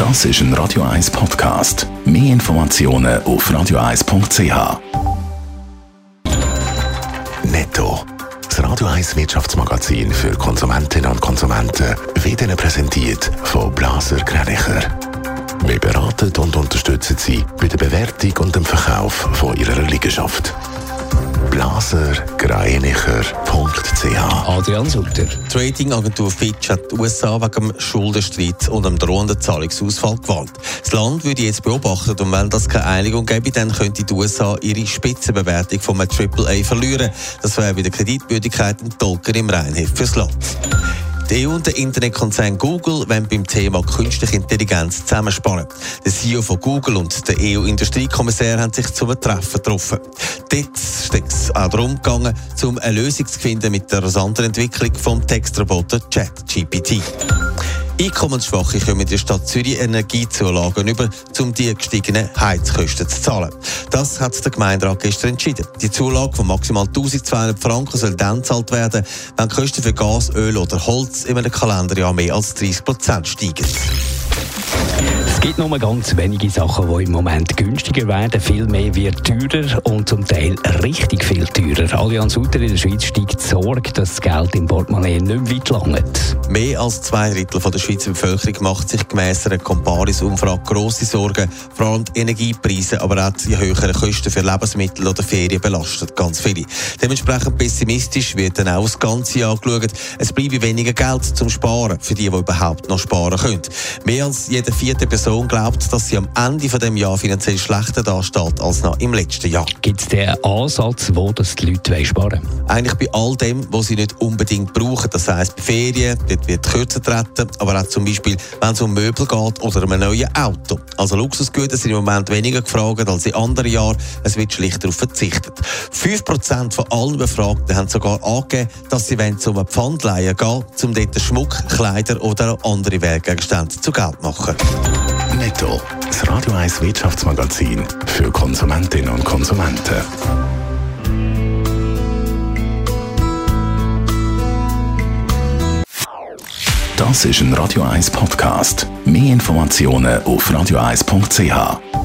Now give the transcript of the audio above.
Das ist ein Radio 1 Podcast. Mehr Informationen auf radio1.ch. Netto. Das Radio 1 Wirtschaftsmagazin für Konsumentinnen und Konsumenten wird Ihnen präsentiert von Blaser Greinicher. Wir beraten und unterstützen Sie bei der Bewertung und dem Verkauf von Ihrer Liegenschaft. blasergreinicher.ch. Adrian Sutter. Die Ratingagentur Fitch hat die USA wegen dem Schuldenstreit und dem drohenden Zahlungsausfall gewarnt. Das Land würde jetzt beobachtet und wenn das keine Einigung gäbe, dann könnte die USA ihre Spitzenbewertung von einem AAA verlieren. Das wäre bei der Kreditwürdigkeit ein Dolken im Reinheft fürs Land. Die EU und der Internetkonzern Google wollen beim Thema künstliche Intelligenz zusammensparen. Der CEO von Google und der EU-Industriekommissär haben sich zu einem Treffen getroffen. Dort ist es auch darum gegangen, um eine Lösung zu finden mit der rasanten Entwicklung vom Textroboter ChatGPT. Einkommensschwache kommen in der Stadt Zürich Energiezulagen über, um die gestiegenen Heizkosten zu zahlen. Das hat der Gemeinderat gestern entschieden. Die Zulage von maximal 1200 Franken soll dann gezahlt werden, wenn die Kosten für Gas, Öl oder Holz in einem Kalenderjahr mehr als 30% steigen. Es gibt nur ganz wenige Sachen, die im Moment günstiger werden. Viel mehr wird teurer und zum Teil richtig viel teurer. Adrian Sutter, in der Schweiz steigt die Sorge, dass das Geld im Portemonnaie nicht weit langt. Mehr als 2/3 der Schweizer Bevölkerung macht sich gemäss einer Comparis-Umfrage grosse Sorgen. Vor allem die Energiepreise, aber auch die höheren Kosten für Lebensmittel oder Ferien belastet ganz viele. Dementsprechend pessimistisch wird dann auch das ganze Jahr geschaut. Es bleibe weniger Geld zum Sparen für die überhaupt noch sparen können. Mehr als jede vierte Person glaubt, dass sie am Ende von dem Jahr finanziell schlechter dasteht als noch im letzten Jahr. Gibt es den Ansatz, wo das die Leute sparen wollen? Eigentlich bei all dem, was sie nicht unbedingt brauchen. Das heisst, bei Ferien, dort wird kürzer treten, aber auch zum Beispiel, wenn es um Möbel geht oder um ein neues Auto. Also Luxusgüter sind im Moment weniger gefragt als in anderen Jahren. Es wird schlicht darauf verzichtet. 5% von allen Befragten haben sogar angegeben, dass sie zum Pfandleihen gehen, um dort Schmuck, Kleider oder andere Wertgegenstände zu Geld zu machen. Netto. Das Radio 1 Wirtschaftsmagazin für Konsumentinnen und Konsumenten. Das ist ein Radio 1 Podcast. Mehr Informationen auf radio1.ch.